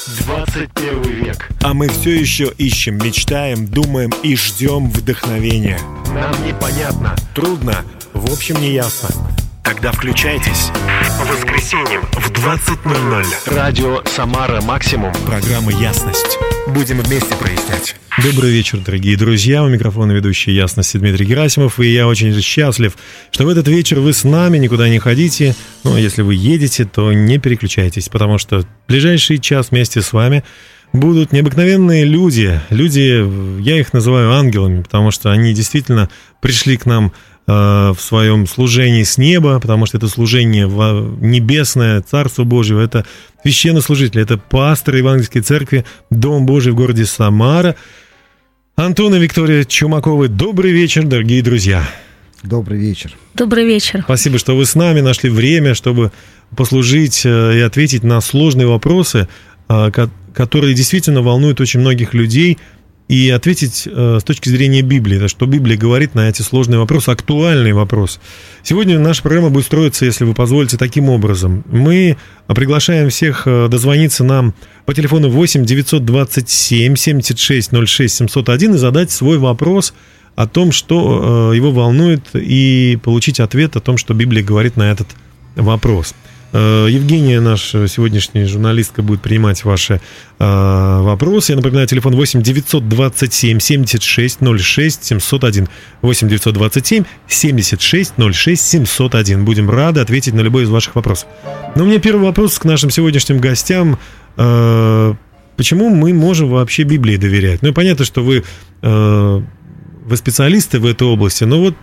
21 век. А мы все еще ищем, мечтаем, думаем и ждем вдохновения. Нам непонятно. Трудно, в общем, не ясно. Тогда включайтесь. По воскресеньям В 20:00. радио «Самара Максимум». Программа «Ясность». Будем вместе прояснять. Добрый вечер, дорогие друзья. У микрофона ведущий «Ясности» Дмитрий Герасимов. И я очень счастлив, что в этот вечер вы с нами, никуда не ходите. Но если вы едете, то не переключайтесь, потому что в ближайший час вместе с вами будут необыкновенные люди. Люди, я их называю ангелами, потому что они действительно пришли к нам в своем служении с неба, потому что это служение небесное, Царство Божьего, это священнослужители, это пасторы Евангельской церкви, Дом Божий в городе Самара. Антон и Виктория Чумаковы, добрый вечер, дорогие друзья. Добрый вечер. Добрый вечер. Спасибо, что вы с нами нашли время, чтобы послужить и ответить на сложные вопросы, которые действительно волнуют очень многих людей, и ответить с точки зрения Библии, что Библия говорит на эти сложные вопросы, актуальный вопрос. Сегодня наша программа будет строиться, если вы позволите, таким образом. Мы приглашаем всех дозвониться нам по телефону 8 927 76 06 701 и задать свой вопрос о том, что его волнует, и получить ответ о том, что Библия говорит на этот вопрос. Евгения, наша сегодняшняя журналистка, будет принимать ваши вопросы. Я напоминаю, телефон 8 927 76 06 701. 8 927 76 06 701. Будем рады ответить на любой из ваших вопросов. Но у меня первый вопрос к нашим сегодняшним гостям. Почему мы можем вообще Библии доверять? Ну, понятно, что вы специалисты в этой области, но вот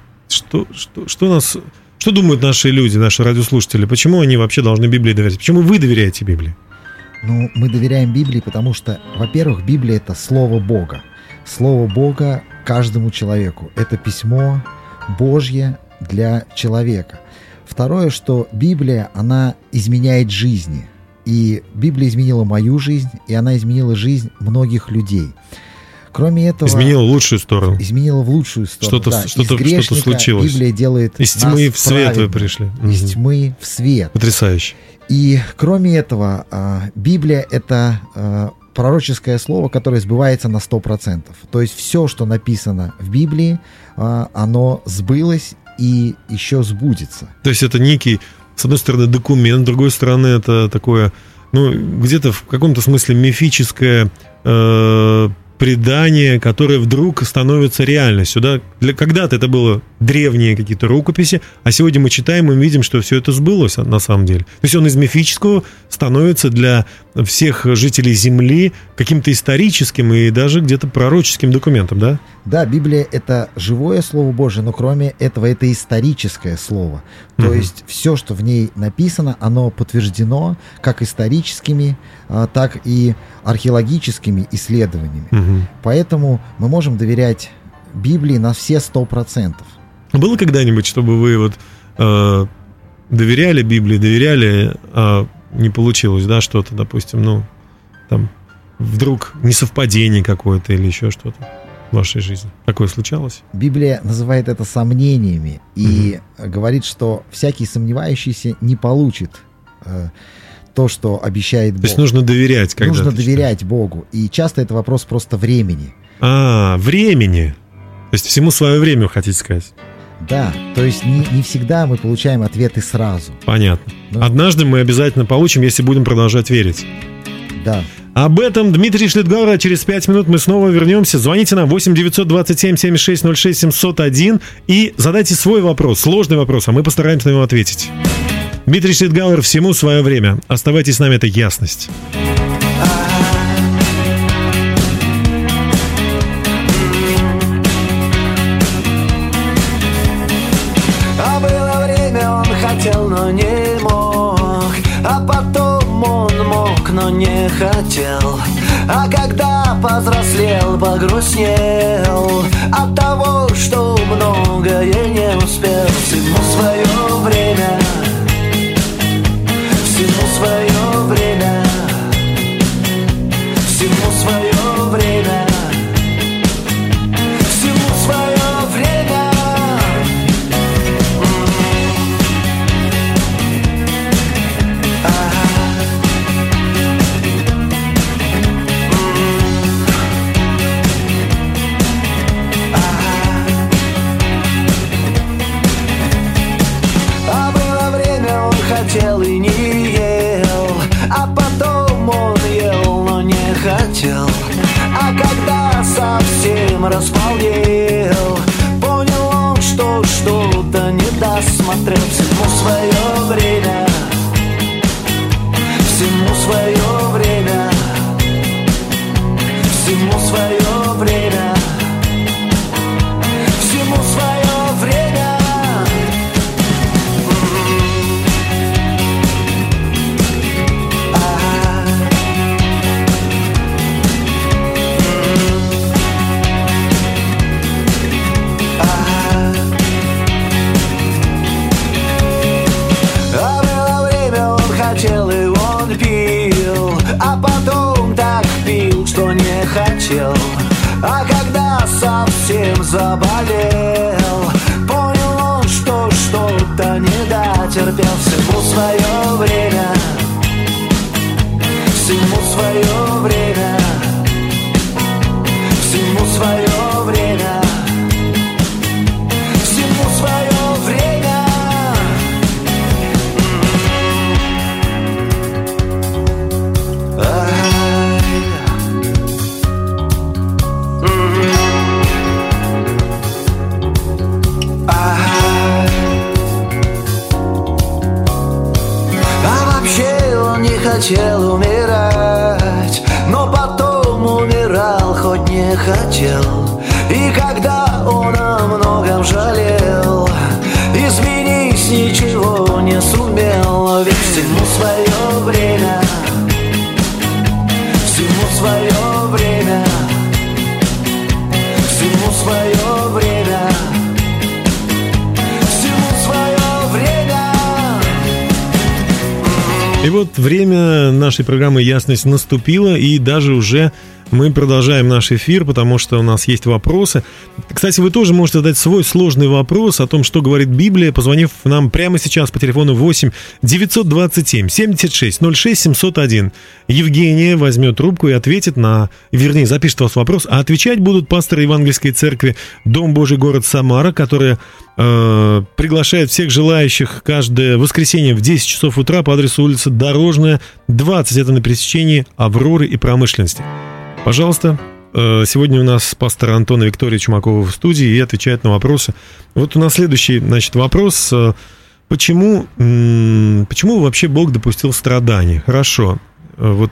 что думают наши люди, наши радиослушатели? Почему они вообще должны Библии доверять? Почему вы доверяете Библии? Ну, мы доверяем Библии, потому что, во-первых, Библия — это Слово Бога. Слово Бога каждому человеку. Это письмо Божье для человека. Второе, что Библия, она изменяет жизни. И Библия изменила мою жизнь, и она изменила жизнь многих людей. Кроме этого... Изменила в лучшую сторону. Изменила в лучшую сторону, Что-то случилось. Библия делает из тьмы нас в свет вы праведными. пришли. Из тьмы в свет. Потрясающе. И кроме этого, Библия — это пророческое слово, которое сбывается на 100%. То есть все, что написано в Библии, оно сбылось и еще сбудется. То есть это некий, с одной стороны, документ, с другой стороны, это такое, где-то в каком-то смысле мифическое предание, которое вдруг становится реальностью. Да? Когда-то это было древние какие-то рукописи, а сегодня мы читаем и видим, что все это сбылось на самом деле. То есть он из мифического становится для всех жителей Земли каким-то историческим и даже где-то пророческим документом, да? Да, Библия — это живое Слово Божие, но кроме этого это историческое слово. То есть все, что в ней написано, оно подтверждено как историческими, так и археологическими исследованиями. Поэтому мы можем доверять Библии на все 100%. Было когда-нибудь, чтобы вы доверяли Библии, а не получилось, да, что-то, допустим, там вдруг несовпадение какое-то или еще что-то в вашей жизни? Такое случалось? Библия называет это сомнениями и говорит, что всякий сомневающийся не получит то, что обещает Бог. То есть нужно доверять, когда нужно доверять Богу. И часто это вопрос просто времени. Времени. То есть всему свое время, вы хотите сказать? Да, то есть не всегда мы получаем ответы сразу. Понятно. Да. Однажды мы обязательно получим, если будем продолжать верить. Да. Об этом Дмитрий Шлитгауэр. Через 5 минут мы снова вернемся. Звоните нам 8 927 76 06 701 и задайте свой вопрос, сложный вопрос, а мы постараемся на него ответить. Дмитрий Шлитгауэр, всему свое время. Оставайтесь с нами, это «Ясность». А было время, он хотел, но не мог. А потом он мог, но не хотел. А когда повзрослел, погрустнел от того, что многое не успел. Всему свое время. Всему свое время. Всему свое время. Всему свое время. хотел. А когда совсем располнел, понял он, что что-то не досмотрел. Всему свое время, всему свое время, всему свое время, всему свое время. Хотел и он пил, а потом так пил, что не хотел. А когда совсем заболел, понял он, что что-то не дотерпел. Всему свое время, всему свое время, всему свое время, всему свое время. Хотел умирать, но потом умирал, хоть не хотел. И когда он о многом жалел, изменить ничего не сумел. Ведь всему свое время, всему свое время, всему свое время, всему свое время. И вот время нашей программы «Ясность» наступило, и даже уже мы продолжаем наш эфир, потому что у нас есть вопросы. Кстати, вы тоже можете задать свой сложный вопрос о том, что говорит Библия, позвонив нам прямо сейчас по телефону 8 927 76 06 701. Евгения возьмет трубку и ответит запишет вас вопрос, а отвечать будут пасторы Евангельской церкви «Дом Божий, город Самара», которая приглашает всех желающих каждое воскресенье в 10 часов утра по адресу улица Дорожная, 20. Это на пересечении Авроры и Промышленности. Пожалуйста, сегодня у нас пастор Антон и Виктория Чумакова в студии и отвечает на вопросы. Вот у нас следующий, вопрос. Почему вообще Бог допустил страдания? Хорошо, вот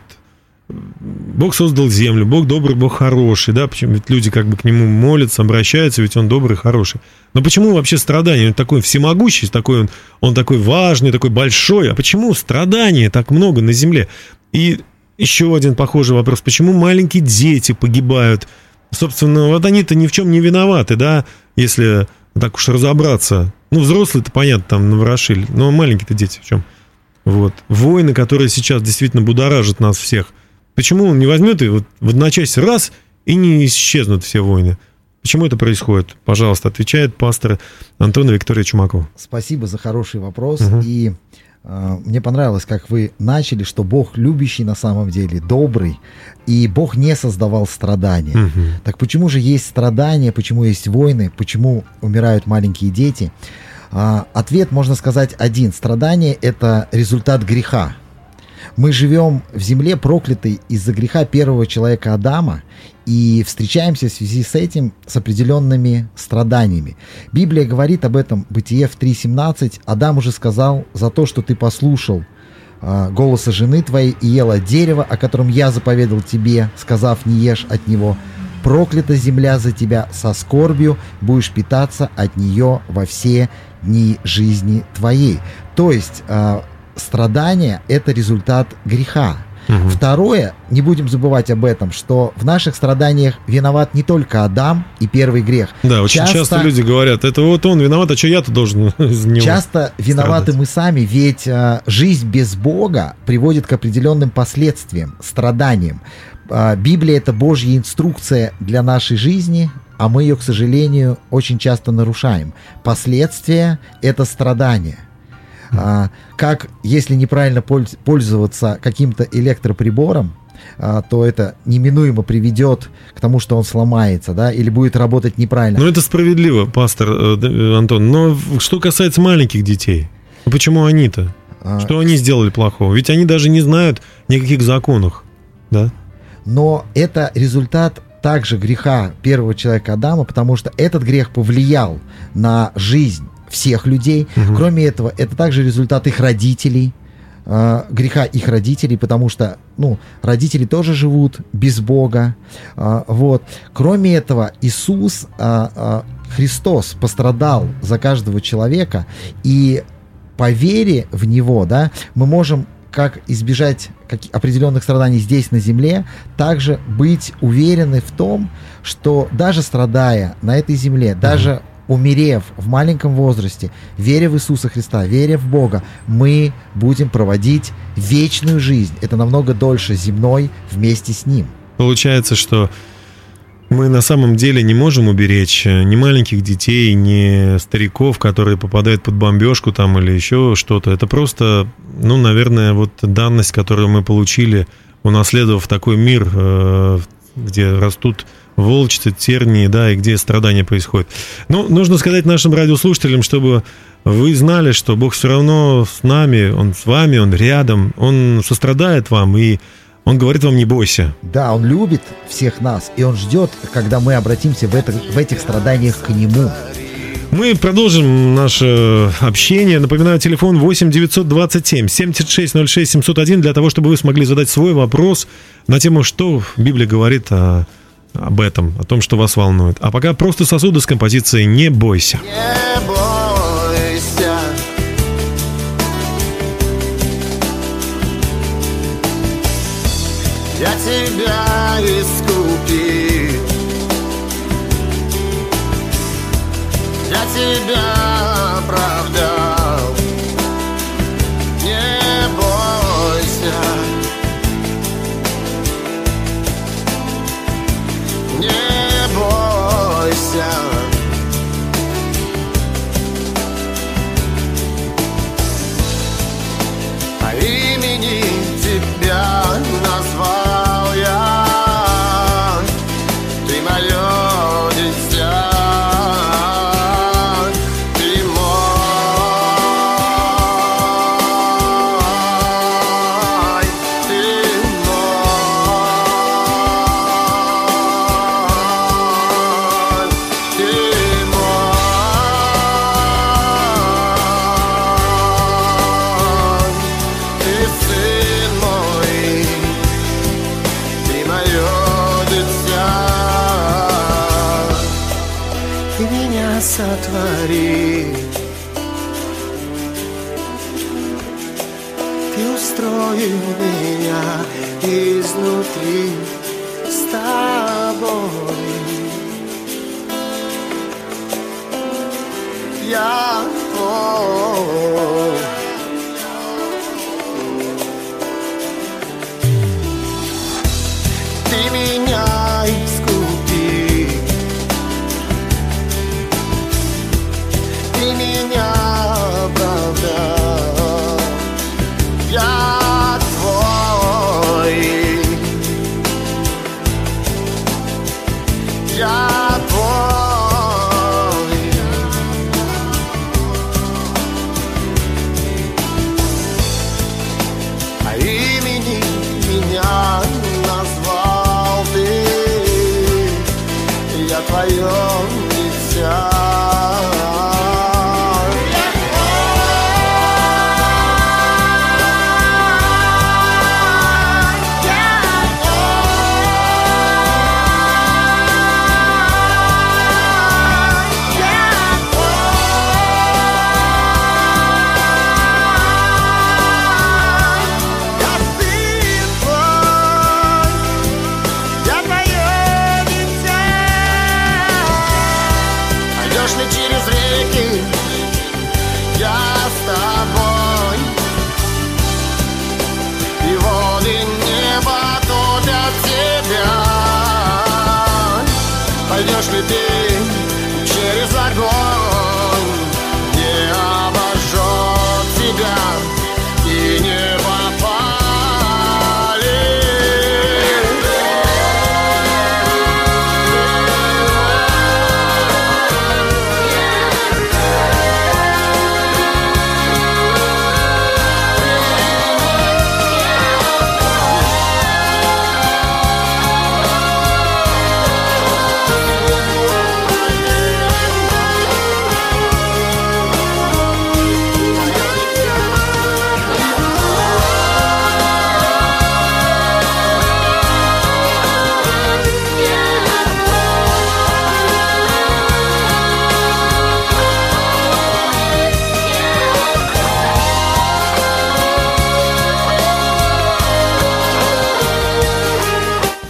Бог создал землю, Бог добрый, Бог хороший, да, почему? Ведь люди как бы к Нему молятся, обращаются, ведь Он добрый, хороший. Но почему вообще страдания? Он такой всемогущий, он такой важный, такой большой, а почему страдания так много на земле? И еще один похожий вопрос, почему маленькие дети погибают? Собственно, вот они-то ни в чем не виноваты, да, если так уж разобраться. Взрослые-то, понятно, там наворошили, но маленькие-то дети в чем? Вот. Войны, которые сейчас действительно будоражат нас всех. Почему он не возьмет и вот в одночасье раз и не исчезнут все войны? Почему это происходит? Пожалуйста, отвечает пастор Антон и Виктория Чумакова. Спасибо за хороший вопрос. И мне понравилось, как вы начали, что Бог любящий на самом деле, добрый, и Бог не создавал страдания. Так почему же есть страдания, почему есть войны, почему умирают маленькие дети? Ответ, можно сказать, один. Страдание – это результат греха. Мы живем в земле, проклятой из-за греха первого человека Адама, и встречаемся в связи с этим с определенными страданиями. Библия говорит об этом, Бытие в 3:17. Адам уже сказал: «За то, что ты послушал голоса жены твоей и ел от дерева, о котором я заповедал тебе, сказав, не ешь от него, проклята земля за тебя, со скорбью будешь питаться от нее во все дни жизни твоей». То есть страдание – это результат греха. Второе, не будем забывать об этом, что в наших страданиях виноват не только Адам и первый грех. Да, очень часто люди говорят: это вот он виноват, а что я-то должен из него часто виноваты мы сами, ведь жизнь без Бога приводит к определенным последствиям, страданиям. Библия – это Божья инструкция для нашей жизни, а мы ее, к сожалению, очень часто нарушаем. Последствия – это страдания. Как, если неправильно пользоваться каким-то электроприбором, то это неминуемо приведет к тому, что он сломается, да, или будет работать неправильно. Ну, это справедливо, пастор Антон. Но что касается маленьких детей, почему они-то? Что они сделали плохого? Ведь они даже не знают ни о каких законах, да? но это результат также греха первого человека Адама, потому что этот грех повлиял на жизнь всех людей. Кроме этого, это также результат их родителей, греха их родителей, потому что, родители тоже живут без Бога. Вот. Кроме этого, Иисус, Христос пострадал за каждого человека, и по вере в Него, мы можем как избежать определенных страданий здесь, на земле, также быть уверены в том, что даже страдая на этой земле, даже умерев в маленьком возрасте, веря в Иисуса Христа, веря в Бога, мы будем проводить вечную жизнь. Это намного дольше земной вместе с Ним. Получается, что мы на самом деле не можем уберечь ни маленьких детей, ни стариков, которые попадают под бомбежку там или еще что-то. Это просто, наверное, данность, которую мы получили, унаследовав такой мир, где растут волчцы, тернии, и где страдания происходят. Нужно сказать нашим радиослушателям, чтобы вы знали, что Бог все равно с нами, Он с вами, Он рядом, Он сострадает вам, и Он говорит вам: не бойся. Да, Он любит всех нас, и Он ждет, когда мы обратимся в этих страданиях к Нему. Мы продолжим наше общение. Напоминаю, телефон 8 927 76 06 701 для того, чтобы вы смогли задать свой вопрос на тему, что Библия говорит об этом, о том, что вас волнует. А пока просто сосуды с композицией «Не бойся». Не бойся, я тебя искупил, я тебя оправдал. Не бойся, не бойся, по имени тебя назвал я, ты мое дитя, ты сотвори, ты устроил меня изнутри с тобой. Я твой. Ты меня искупи, ты меня оправдай. Я твой, я твой. А имени меня назвал ты.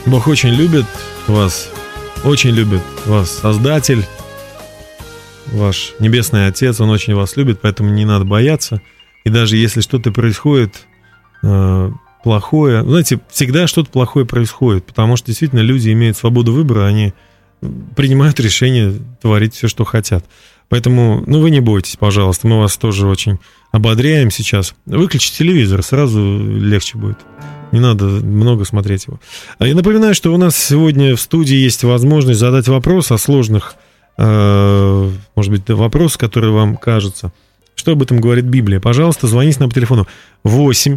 Бог очень любит вас Создатель, ваш Небесный Отец, Он очень вас любит, поэтому не надо бояться. И даже если что-то происходит плохое, знаете, всегда что-то плохое происходит, потому что действительно люди имеют свободу выбора, они принимают решение творить все, что хотят. Поэтому, вы не бойтесь, пожалуйста, мы вас тоже очень ободряем сейчас. Выключите телевизор, сразу легче будет. Не надо много смотреть его. Я напоминаю, что у нас сегодня в студии есть возможность задать вопрос о сложных, может быть, вопрос, который вам кажется. Что об этом говорит Библия? Пожалуйста, звоните нам по телефону 8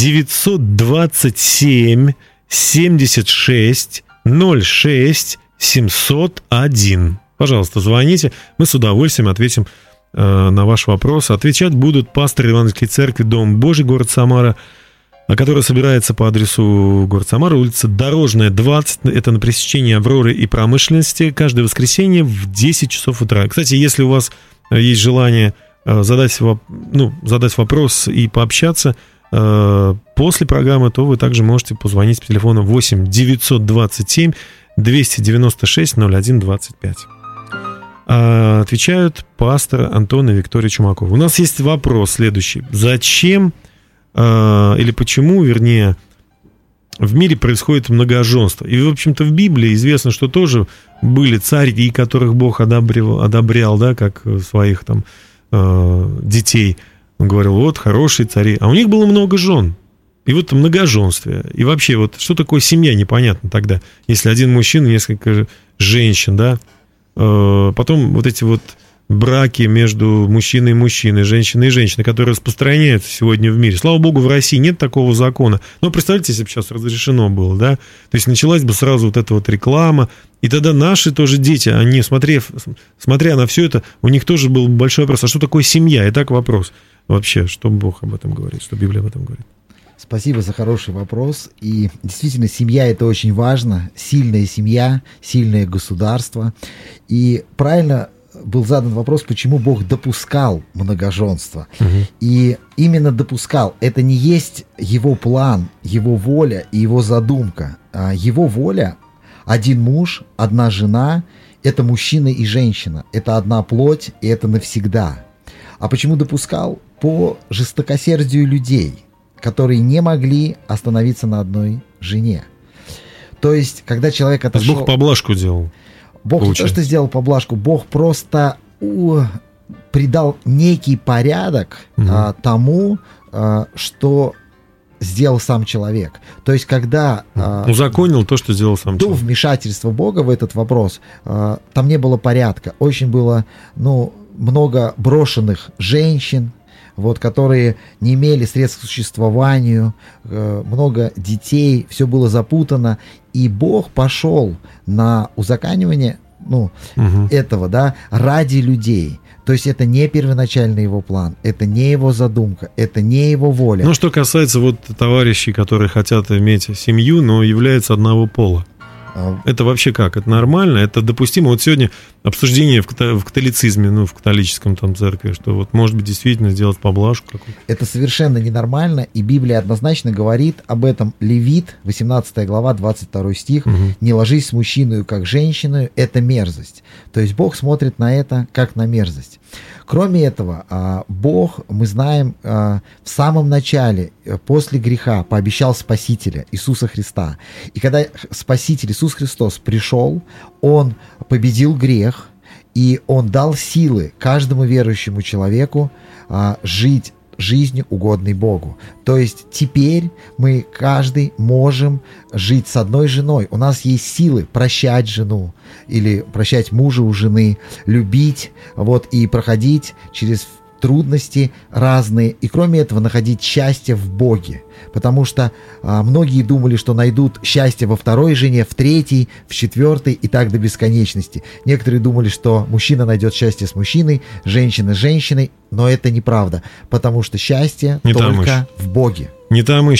927 76 06 701. Пожалуйста, звоните, мы с удовольствием ответим на ваш вопрос. Отвечать будут пастор Евангельской церкви Дом Божий, город Самара, которая собирается по адресу город Самара, улица Дорожная, 20, это на пересечении Авроры и Промышленности, каждое воскресенье в 10 часов утра. Кстати, если у вас есть желание задать вопрос и пообщаться после программы, то вы также можете позвонить по телефону 8 927 296 01 25. Отвечают пастор Антон и Виктория Чумакова. У нас есть вопрос следующий. Зачем или почему, вернее, в мире происходит многоженство? И, в общем-то, в Библии известно, что тоже были цари, которых Бог одобрял, да, как своих там детей. Он говорил, вот, хорошие цари. А у них было много жен. И вот многоженствие. И вообще, вот что такое семья, непонятно тогда. Если один мужчина, несколько женщин, да. Потом вот эти вот браки между мужчиной и мужчиной, женщиной и женщиной, которые распространяются сегодня в мире. Слава богу, в России нет такого закона. Но представьте, если бы сейчас разрешено было, да? То есть началась бы сразу вот эта вот реклама. И тогда наши тоже дети, они, смотря на все это, у них тоже был большой вопрос. А что такое семья? Итак, вопрос. Вообще, что Бог об этом говорит, что Библия об этом говорит? Спасибо за хороший вопрос. И действительно, семья — это очень важно. Сильная семья, сильное государство. И правильно был задан вопрос, почему Бог допускал многоженство. И именно допускал. Это не есть его план, его воля и его задумка. Его воля — один муж, одна жена, это мужчина и женщина. Это одна плоть, и это навсегда. А почему допускал? По жестокосердию людей, которые не могли остановиться на одной жене. То есть, когда человек отошел... Бог поблажку делал. Бог не то, что сделал поблажку, Бог просто придал некий порядок тому, что сделал сам человек. То есть, когда... Узаконил то, что сделал сам человек. До вмешательства Бога в этот вопрос там не было порядка. Очень было, много брошенных женщин, которые не имели средств к существованию, много детей, все было запутано, и Бог пошел на узаконивание этого, да, ради людей. То есть это не первоначальный его план, это не его задумка, это не его воля. Ну, что касается товарищей, которые хотят иметь семью, но являются одного пола. Это вообще как? Это нормально? Это допустимо? Вот сегодня обсуждение в католицизме, в католическом там церкви, что может быть действительно сделать поблажку какую-то. Это совершенно ненормально, и Библия однозначно говорит об этом. Левит, 18 глава, 22 стих. «Не ложись с мужчиной, как женщиной, это мерзость». То есть Бог смотрит на это, как на мерзость. Кроме этого, Бог, мы знаем, в самом начале, после греха, пообещал Спасителя, Иисуса Христа. И когда Спаситель Иисус Христос пришел, Он победил грех, и Он дал силы каждому верующему человеку жить жизнью, угодной Богу. То есть теперь мы каждый можем жить с одной женой. У нас есть силы прощать жену или прощать мужа у жены, любить, и проходить через трудности разные, и кроме этого находить счастье в Боге. Потому что многие думали, что найдут счастье во второй жене, в третьей, в четвертой и так до бесконечности. Некоторые думали, что мужчина найдет счастье с мужчиной, женщина с женщиной, но это неправда, потому что счастье не только в Боге. Не там ищут.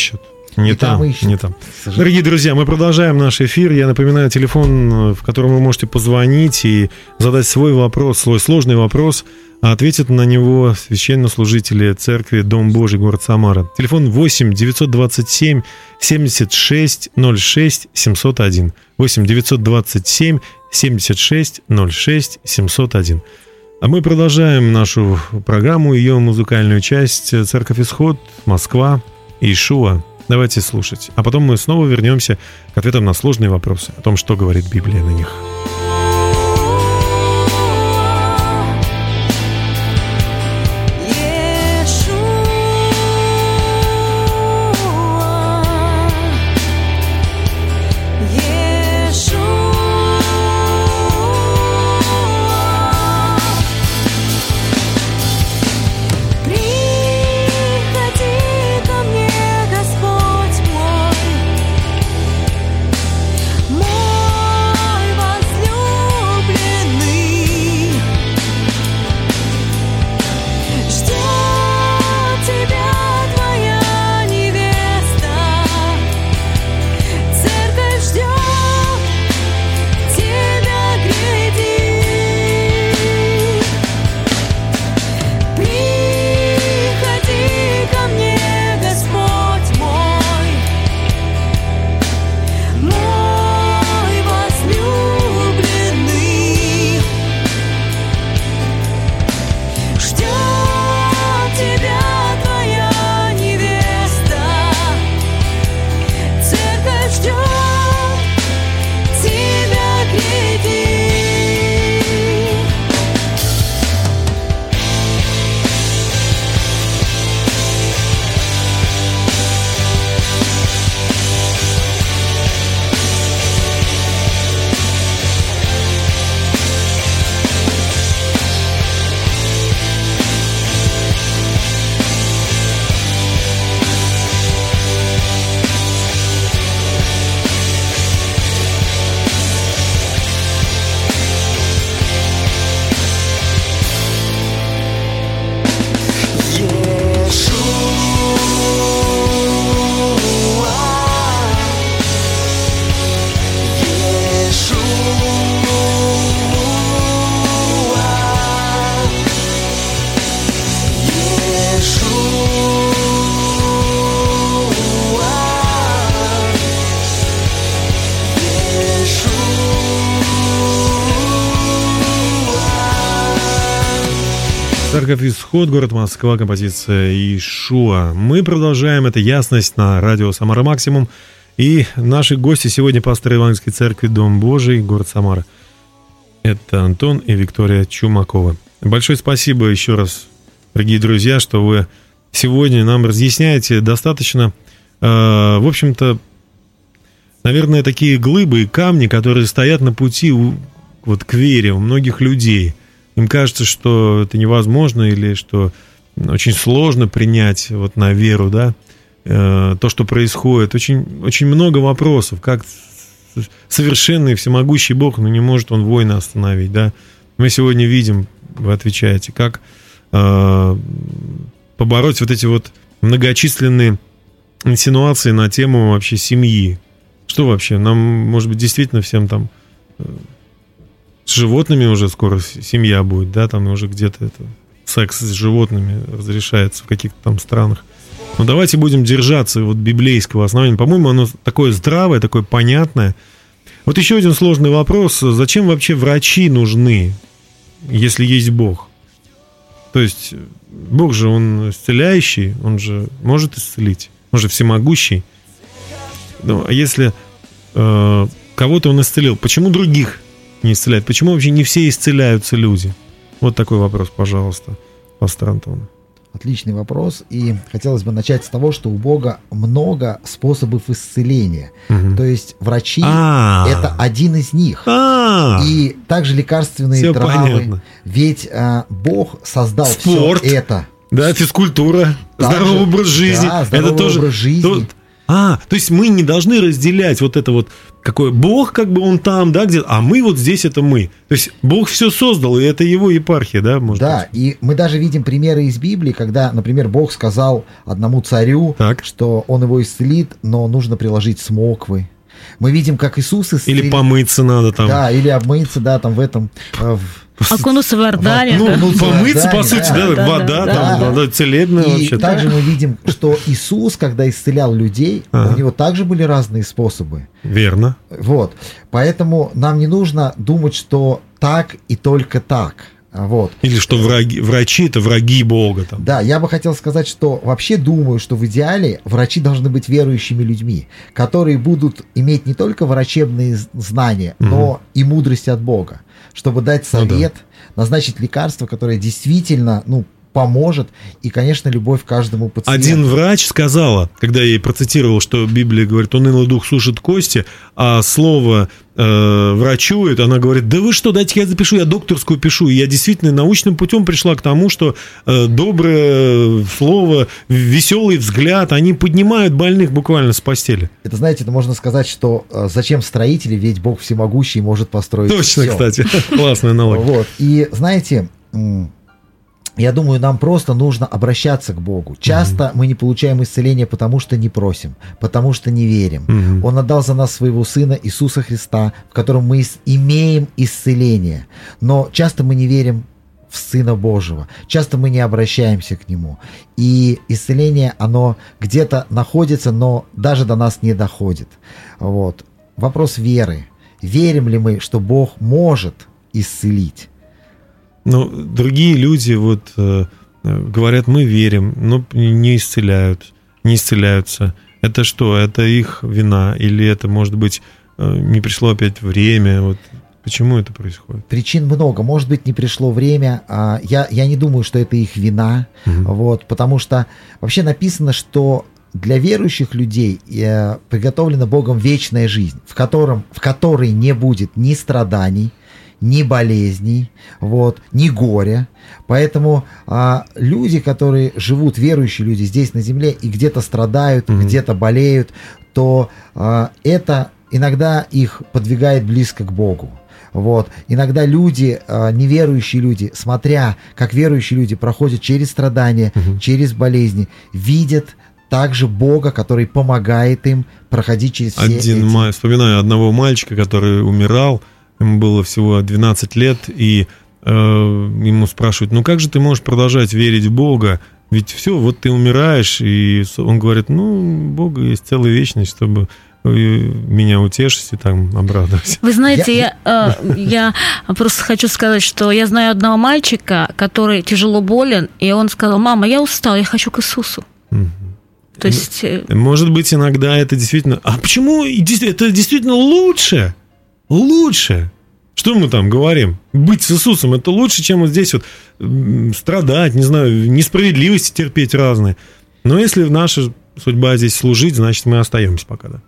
Не и там, ищет. не там. К сожалению. Дорогие друзья, мы продолжаем наш эфир. Я напоминаю, телефон, в котором вы можете позвонить и задать свой вопрос, свой сложный вопрос, а ответят на него священнослужители церкви Дом Божий, город Самара. Телефон 8 927 76 06 701. 8 927 76 06 701. А мы продолжаем нашу программу, ее музыкальную часть. Церковь Исход, Москва, Иешуа. Давайте слушать. А потом мы снова вернемся к ответам на сложные вопросы о том, что говорит Библия на них. Церковь Исход, город Москва, композиция Иешуа. Мы продолжаем эту ясность на радио Самара Максимум. И наши гости сегодня пасторы Евангельской церкви Дом Божий, город Самара. Это Антон и Виктория Чумакова. Большое спасибо еще раз, дорогие друзья, что вы сегодня нам разъясняете достаточно, в общем-то, наверное, такие глыбы и камни, которые стоят на пути вот к вере у многих людей. Им кажется, что это невозможно или что очень сложно принять вот на веру, да, то, что происходит. Очень, очень много вопросов, как совершенный всемогущий Бог, но не может Он войны остановить, да. Мы сегодня видим, вы отвечаете, как побороть вот эти вот многочисленные инсинуации на тему вообще семьи. Что вообще? Нам, может быть, действительно всем там с животными уже скоро семья будет, да, там уже где-то это секс с животными разрешается в каких-то там странах. Но давайте будем держаться вот библейского основания. По-моему, оно такое здравое, такое понятное. Вот еще один сложный вопрос. Зачем вообще врачи нужны, если есть Бог? То есть Бог же, Он исцеляющий, Он же может исцелить, Он же всемогущий. Ну, а если кого-то Он исцелил, почему других не исцеляет? Почему вообще не все исцеляются люди? Вот такой вопрос, пожалуйста, пастор Антон. Отличный вопрос. И хотелось бы начать с того, что у Бога много способов исцеления. Угу. То есть врачи это один из них. И также лекарственные все травы. Понятно. Ведь Бог создал спорт, все это. Да, физкультура, также, здоровый образ жизни. Да, здоровый это тоже образ жизни. То есть мы не должны разделять вот это вот, какой Бог, как бы он там, да, где, а мы вот здесь это мы. То есть Бог все создал, и это его епархия, да, может быть? И мы даже видим примеры из Библии, когда, например, Бог сказал одному царю, что он его исцелит, но нужно приложить смоквы. Мы видим, как Иисус исцелил. Или помыться надо там. Да, или обмыться, да, там в этом... Окунуться в Иордане. Помыться, по сути, да, вода целебная вообще. И также мы видим, что Иисус, когда исцелял людей, у него также были разные способы. Верно. Вот. Поэтому нам не нужно думать, что так и только так. Вот. Или что врачи – это враги Бога. Там. Да, я бы хотел сказать, что вообще думаю, что в идеале врачи должны быть верующими людьми, которые будут иметь не только врачебные знания, но и мудрость от Бога, чтобы дать совет, назначить лекарство, которое действительно, поможет, и, конечно, любовь к каждому пациенту. Один врач сказала, когда я ей процитировал, что Библия говорит, унылый дух сушит кости, а слово врачует, она говорит, да вы что, дайте я запишу, я докторскую пишу. И я действительно научным путем пришла к тому, что доброе слово, веселый взгляд, они поднимают больных буквально с постели. Это, знаете, это можно сказать, что зачем строители, ведь Бог всемогущий может построить Точно, все. Кстати, классная аналогия. Вот. И, знаете... Я думаю, нам просто нужно обращаться к Богу. Часто мы не получаем исцеления, потому что не просим, потому что не верим. Он отдал за нас своего Сына Иисуса Христа, в котором мы имеем исцеление. Но часто мы не верим в Сына Божьего. Часто мы не обращаемся к Нему. И исцеление, оно где-то находится, но даже до нас не доходит. Вот. Вопрос веры. Верим ли мы, что Бог может исцелить? Другие люди говорят, мы верим, но не исцеляются. Это что? Это их вина? Или это, может быть, не пришло опять время? Почему это происходит? Причин много. Может быть, не пришло время. Я не думаю, что это их вина. Потому что вообще написано, что для верующих людей приготовлена Богом вечная жизнь, в которой не будет ни страданий, ни болезней, ни горя. Поэтому люди, которые живут, верующие люди здесь на земле и где-то страдают, где-то болеют, то это иногда их подвигает близко к Богу. Иногда люди, неверующие люди, смотря, как верующие люди проходят через страдания, через болезни, видят также Бога, который помогает им проходить через все эти... Вспоминаю одного мальчика, который умирал, ему было всего 12 лет, и ему спрашивают, как же ты можешь продолжать верить в Бога? Ведь все, ты умираешь, и он говорит, у Бога есть целая вечность, чтобы меня утешить и там обрадовать. Вы знаете, я просто хочу сказать, что я знаю одного мальчика, который тяжело болен, и он сказал, мама, я устал, я хочу к Иисусу. То есть... Может быть, иногда это действительно... А почему это действительно лучше? Лучше. Что мы там говорим? Быть с Иисусом – это лучше, чем здесь страдать, не знаю, несправедливости терпеть разные. Но если наша судьба здесь служить, значит, мы остаемся пока, да?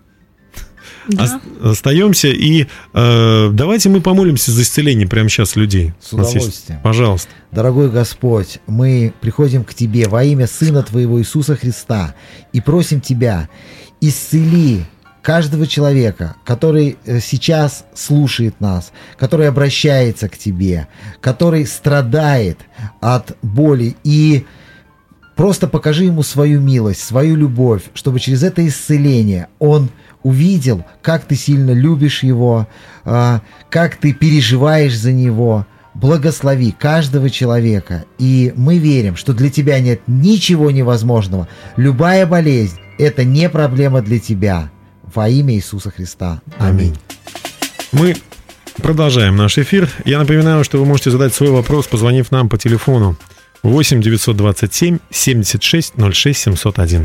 Остаемся, и давайте мы помолимся за исцеление прямо сейчас людей. С удовольствием. Пожалуйста. Дорогой Господь, мы приходим к Тебе во имя Сына Твоего Иисуса Христа и просим Тебя, исцели каждого человека, который сейчас слушает нас, который обращается к Тебе, который страдает от боли, и просто покажи ему свою милость, свою любовь, чтобы через это исцеление он увидел, как ты сильно любишь его, как ты переживаешь за него. Благослови каждого человека, и мы верим, что для Тебя нет ничего невозможного. Любая болезнь – это не проблема для Тебя. Во имя Иисуса Христа. Аминь. Мы продолжаем наш эфир. Я напоминаю, что вы можете задать свой вопрос, позвонив нам по телефону 8 927 76 06 701.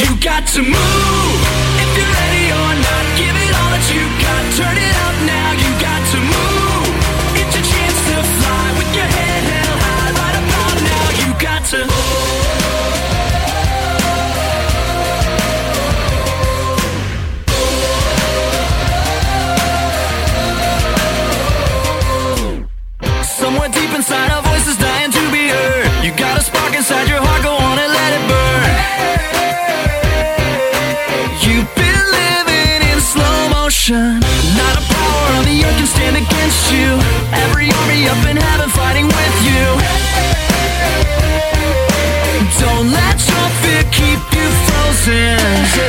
Inside our voices dying to be heard. You got a spark inside your heart, go on and let it burn. destruction. Not a power on the earth can stand against you. Every army up in heaven fighting with you. Don't let your fear keep you frozen.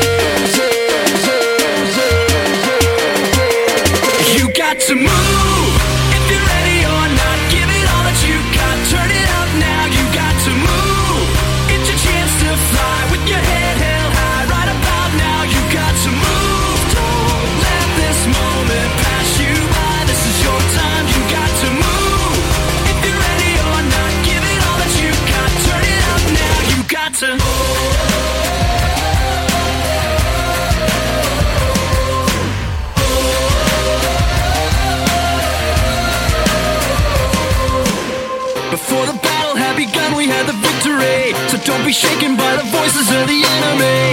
You got to move if you're ready or not. Give it all that you got. Turn it up now. You got to move. It's your chance to fly with your head held high. Right about now. You got to move. Don't let this moment pass you by. This is your time. You got to move if you're ready or not. Give it all that you got. Turn it up now. You got to. Before the battle had begun, we had the victory. So don't be shaken by the voices of the enemy.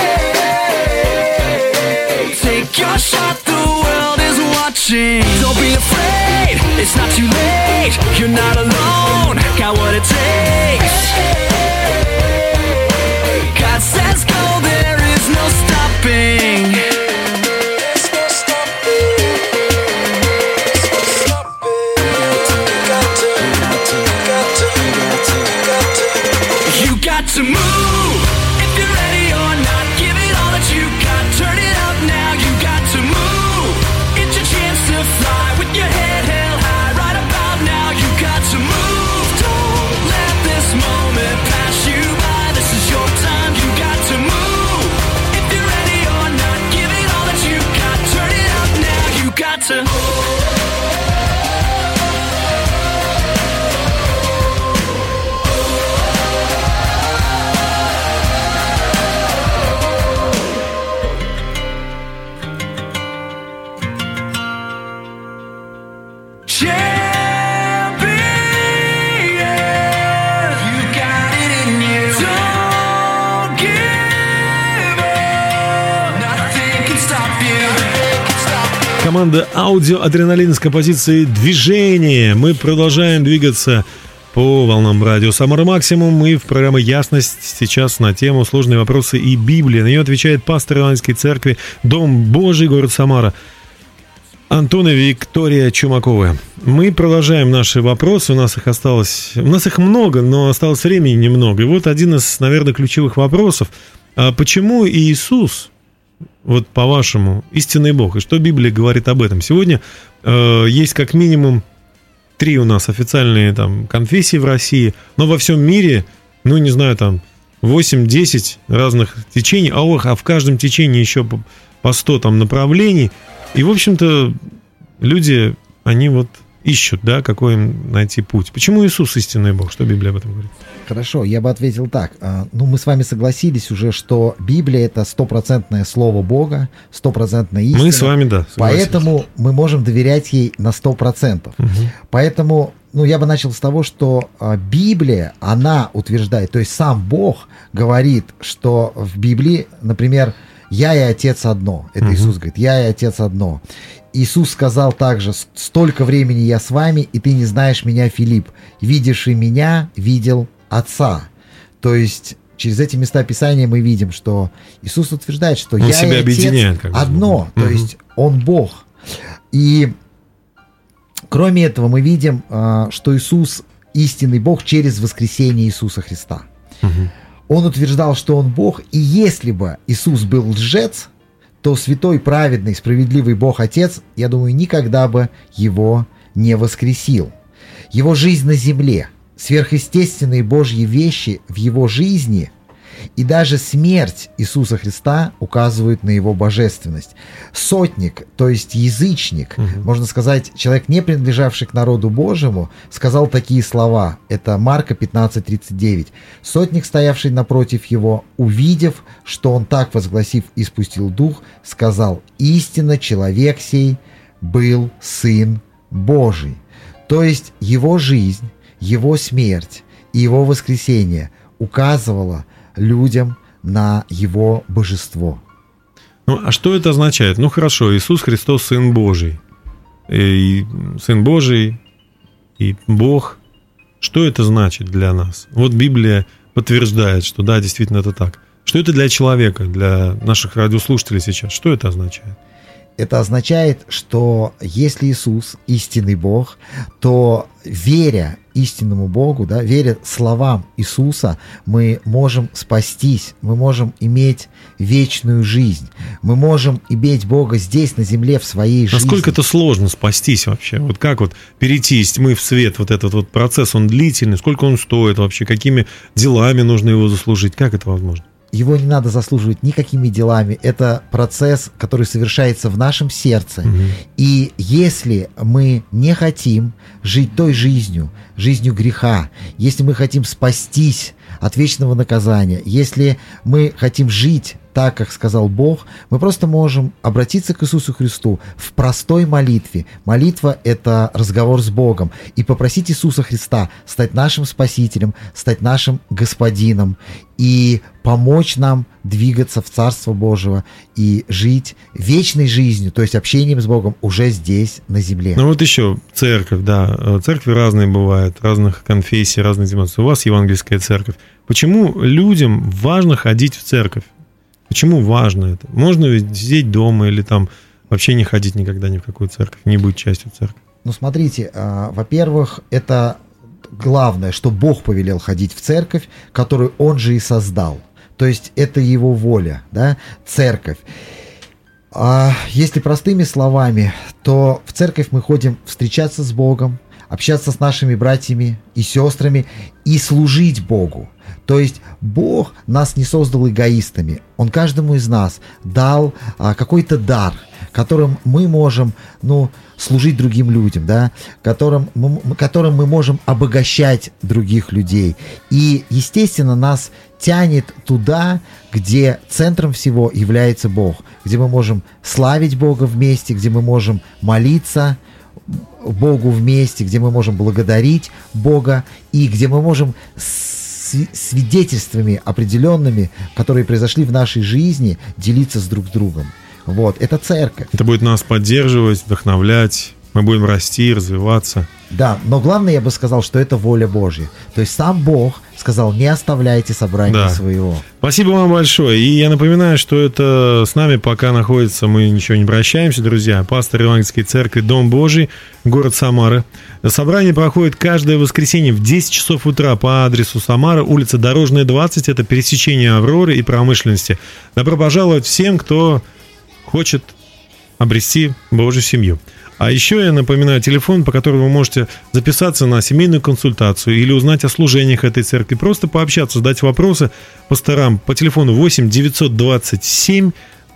Take your shot, the world is watching. Don't be afraid, it's not too late. You're not alone, got what it takes. God says go, there is no stopping. To move if you're ready or not. Give it all that you got. Turn it up now. You got to move. It's your chance to fly with your head held high. Right about now. You got to move. Don't let this moment pass you by. This is your time. You got to move if you're ready or not. Give it all that you got. Turn it up now. You got to. Команда «Аудио Адреналин» с композицией «Движение». Мы продолжаем двигаться по волнам радио «Самара Максимум». Мы в программе «Ясность» сейчас на тему «Сложные вопросы и Библия». На нее отвечает пастор Иланской церкви «Дом Божий», город Самара, Антон и Виктория Чумаковы. Мы продолжаем наши вопросы. У нас их много, но осталось времени немного. И вот один из, наверное, ключевых вопросов. А почему Иисус, вот по-вашему, истинный Бог? И что Библия говорит об этом? Сегодня есть как минимум 3 у нас официальные там конфессии в России, но во всем мире, 8-10 разных течений, а в каждом течении еще по 100 там направлений. И, в общем-то, люди, они вот ищут, да, какой им найти путь. Почему Иисус истинный Бог? Что Библия об этом говорит? Хорошо, я бы ответил так. Мы с вами согласились уже, что Библия — это 100% слово Бога, 100% истина. Мы с вами, да, согласились. Поэтому мы можем доверять ей на 100%. Угу. Поэтому, я бы начал с того, что Библия, она утверждает, то есть сам Бог говорит, что в Библии, например, «Я и Отец одно». Это Иисус говорит, «Я и Отец одно». Иисус сказал также: «Столько времени я с вами, и ты не знаешь меня, Филипп. Видевший меня, видел Отца». То есть через эти места Писания мы видим, что Иисус утверждает, что «Я и Отец одно». То есть Он Бог. И кроме этого мы видим, что Иисус истинный Бог через воскресение Иисуса Христа. Он утверждал, что Он Бог, и если бы Иисус был лжец, то святой, праведный, справедливый Бог Отец, я думаю, никогда бы его не воскресил. Его жизнь на земле, сверхъестественные Божьи вещи в его жизни и даже смерть Иисуса Христа указывают на его божественность. Сотник, то есть язычник, можно сказать, человек, не принадлежавший к народу Божьему, сказал такие слова. Это Марка 15:39. Сотник, стоявший напротив его, увидев, что он так, возгласив, испустил дух, сказал: «Истинно человек сей был Сын Божий». То есть его жизнь, его смерть и его воскресение указывало людям на его божество. А что это означает? Хорошо, Иисус Христос Сын Божий. И Сын Божий, и Бог. Что это значит для нас? Вот Библия подтверждает, что да, действительно это так. Что это для человека, для наших радиослушателей сейчас? Что это означает? Это означает, что если Иисус истинный Бог, то веря истинному Богу, да, веря словам Иисуса, мы можем спастись, мы можем иметь вечную жизнь, мы можем иметь Бога здесь, на земле, в своей жизни. Насколько это сложно спастись вообще? Вот как вот перейти из тьмы в свет, вот этот вот процесс, он длительный, сколько он стоит вообще, какими делами нужно его заслужить, как это возможно? Его не надо заслуживать никакими делами. Это процесс, который совершается в нашем сердце. И если мы не хотим жить той жизнью греха, если мы хотим спастись от вечного наказания, если мы хотим жить так, как сказал Бог, мы просто можем обратиться к Иисусу Христу в простой молитве. Молитва – это разговор с Богом. И попросить Иисуса Христа стать нашим Спасителем, стать нашим Господином и помочь нам двигаться в Царство Божие и жить вечной жизнью, то есть общением с Богом уже здесь, на земле. Ну вот еще церковь, да. Церкви разные бывают, разных конфессий, разных демонстраций. У вас евангельская церковь. Почему людям важно ходить в церковь? Почему важно это? Можно ведь сидеть дома или там вообще не ходить никогда ни в какую церковь, не быть частью церкви? Ну, смотрите, во-первых, это главное, что Бог повелел ходить в церковь, которую Он же и создал. То есть это Его воля, да, церковь. А если простыми словами, то в церковь мы ходим встречаться с Богом, общаться с нашими братьями и сестрами и служить Богу. То есть Бог нас не создал эгоистами. Он каждому из нас дал какой-то дар, которым мы можем, служить другим людям, да, которым мы можем обогащать других людей. И, естественно, нас тянет туда, где центром всего является Бог, где мы можем славить Бога вместе, где мы можем молиться Богу вместе, где мы можем благодарить Бога и где мы можем свидетельствами определенными, которые произошли в нашей жизни, делиться с друг другом. Вот, это церковь. Это будет нас поддерживать, вдохновлять, мы будем расти, развиваться. Да, но главное, я бы сказал, что это воля Божья. То есть сам Бог сказал: не оставляйте собрания своего. Спасибо вам большое. И я напоминаю, что это с нами пока находится, мы ничего не прощаемся, друзья. Пастор Евангельской церкви Дом Божий, город Самара. Собрание проходит каждое воскресенье в 10 часов утра по адресу Самара, улица Дорожная, 20. Это пересечение Авроры и Промышленности. Добро пожаловать всем, кто хочет обрести Божью семью. А еще я напоминаю телефон, по которому вы можете записаться на семейную консультацию или узнать о служениях этой церкви, просто пообщаться, задать вопросы пасторам по телефону 8 927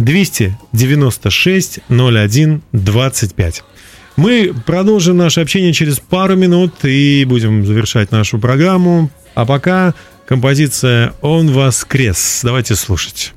296 01 25. Мы продолжим наше общение через пару минут и будем завершать нашу программу. А пока композиция «Он воскрес». Давайте слушать.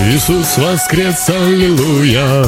Иисус воскрес, аллилуйя.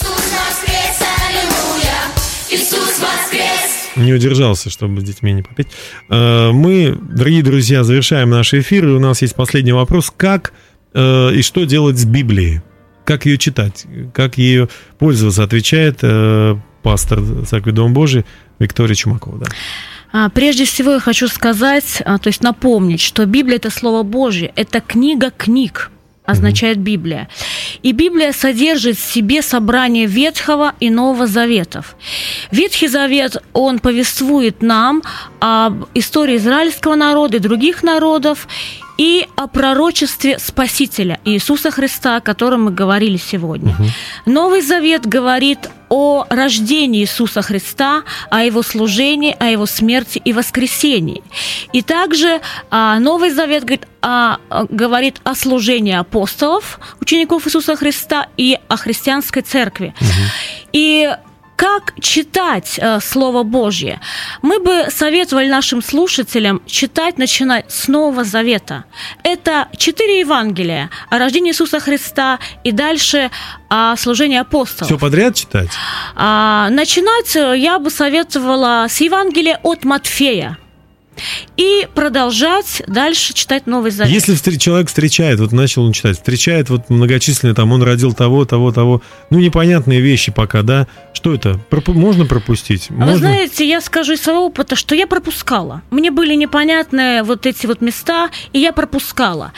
Не удержался, чтобы с детьми не попеть. Мы, дорогие друзья, завершаем наш эфир, и у нас есть последний вопрос. Как и что делать с Библией? Как ее читать? Как ею пользоваться? Отвечает пастор Церкви Дом Божий Виктория Чумакова. Да. Прежде всего я хочу сказать, то есть напомнить, что Библия – это Слово Божье, это книга книг, означает Библия. И Библия содержит в себе собрание Ветхого и Нового Заветов. Ветхий Завет, он повествует нам об истории израильского народа и других народов, и о пророчестве Спасителя Иисуса Христа, о котором мы говорили сегодня. Новый Завет говорит о рождении Иисуса Христа, о Его служении, о Его смерти и воскресении. И также Новый Завет говорит о служении апостолов, учеников Иисуса Христа, и о христианской церкви. И как читать Слово Божье? Мы бы советовали нашим слушателям начинать с Нового Завета. Это 4 Евангелия о рождении Иисуса Христа и дальше о служении апостолов. Все подряд читать? Начинать я бы советовала с Евангелия от Матфея. И продолжать дальше читать Новый Завет. Если человек встречает, вот начал он читать, встречает вот многочисленные, там, он родил того, непонятные вещи пока, да, что это? Можно пропустить? Вы знаете, я скажу из своего опыта, что я пропускала. Мне были непонятные вот эти вот места, и я пропускала.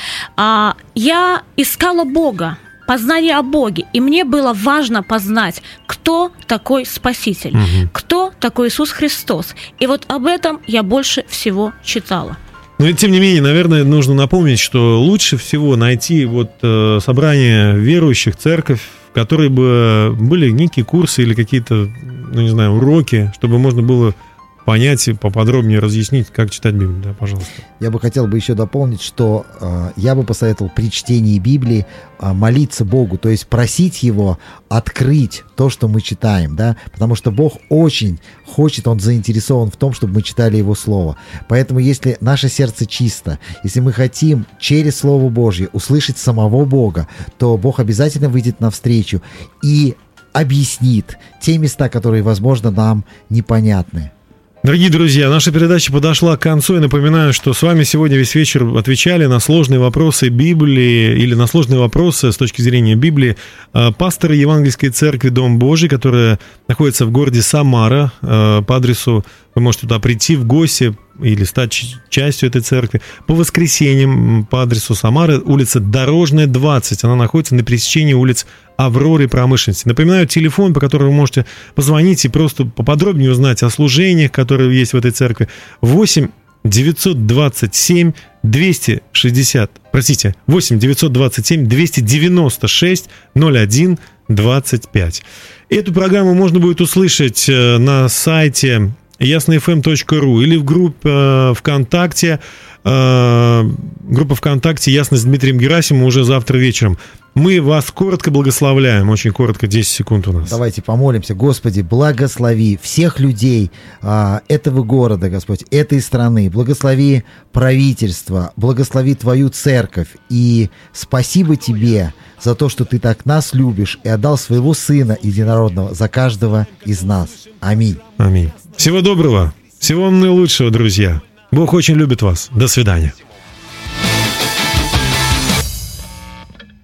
Я искала Бога, познание о Боге, и мне было важно познать, кто такой Спаситель, кто такой Иисус Христос. И вот об этом я больше всего читала. Но и тем не менее, наверное, нужно напомнить, что лучше всего найти собрание верующих, церковь, в которой бы были некие курсы или какие-то, уроки, чтобы можно было понять и поподробнее разъяснить, как читать Библию. Да, пожалуйста. Я бы хотел еще дополнить, что я бы посоветовал при чтении Библии молиться Богу, то есть просить Его открыть то, что мы читаем, да, потому что Бог очень хочет, Он заинтересован в том, чтобы мы читали Его Слово. Поэтому если наше сердце чисто, если мы хотим через Слово Божье услышать самого Бога, то Бог обязательно выйдет навстречу и объяснит те места, которые, возможно, нам непонятны. Дорогие друзья, наша передача подошла к концу. Я напоминаю, что с вами сегодня весь вечер отвечали на сложные вопросы Библии или на сложные вопросы с точки зрения Библии пасторы Евангельской церкви Дом Божий, которая находится в городе Самара. По адресу вы можете туда прийти в гости или стать частью этой церкви. По воскресеньям по адресу Самары, улица Дорожная, 20. Она находится на пересечении улиц Авроры и Промышленности. Напоминаю, телефон, по которому вы можете позвонить и просто поподробнее узнать о служениях, которые есть в этой церкви. 8 927 296 01 25. Эту программу можно будет услышать на сайте яснofm.ру или в группе ВКонтакте. Группа ВКонтакте «Ясно» с Дмитрием Герасимовым уже завтра вечером. Мы вас коротко благословляем, очень коротко, 10 секунд у нас. Давайте помолимся. Господи, благослови всех людей этого города, Господь, этой страны. Благослови правительство, благослови Твою церковь. И спасибо Тебе за то, что Ты так нас любишь и отдал Своего Сына Единородного за каждого из нас. Аминь. Аминь. Всего доброго, всего вам наилучшего, друзья. Бог очень любит вас. До свидания.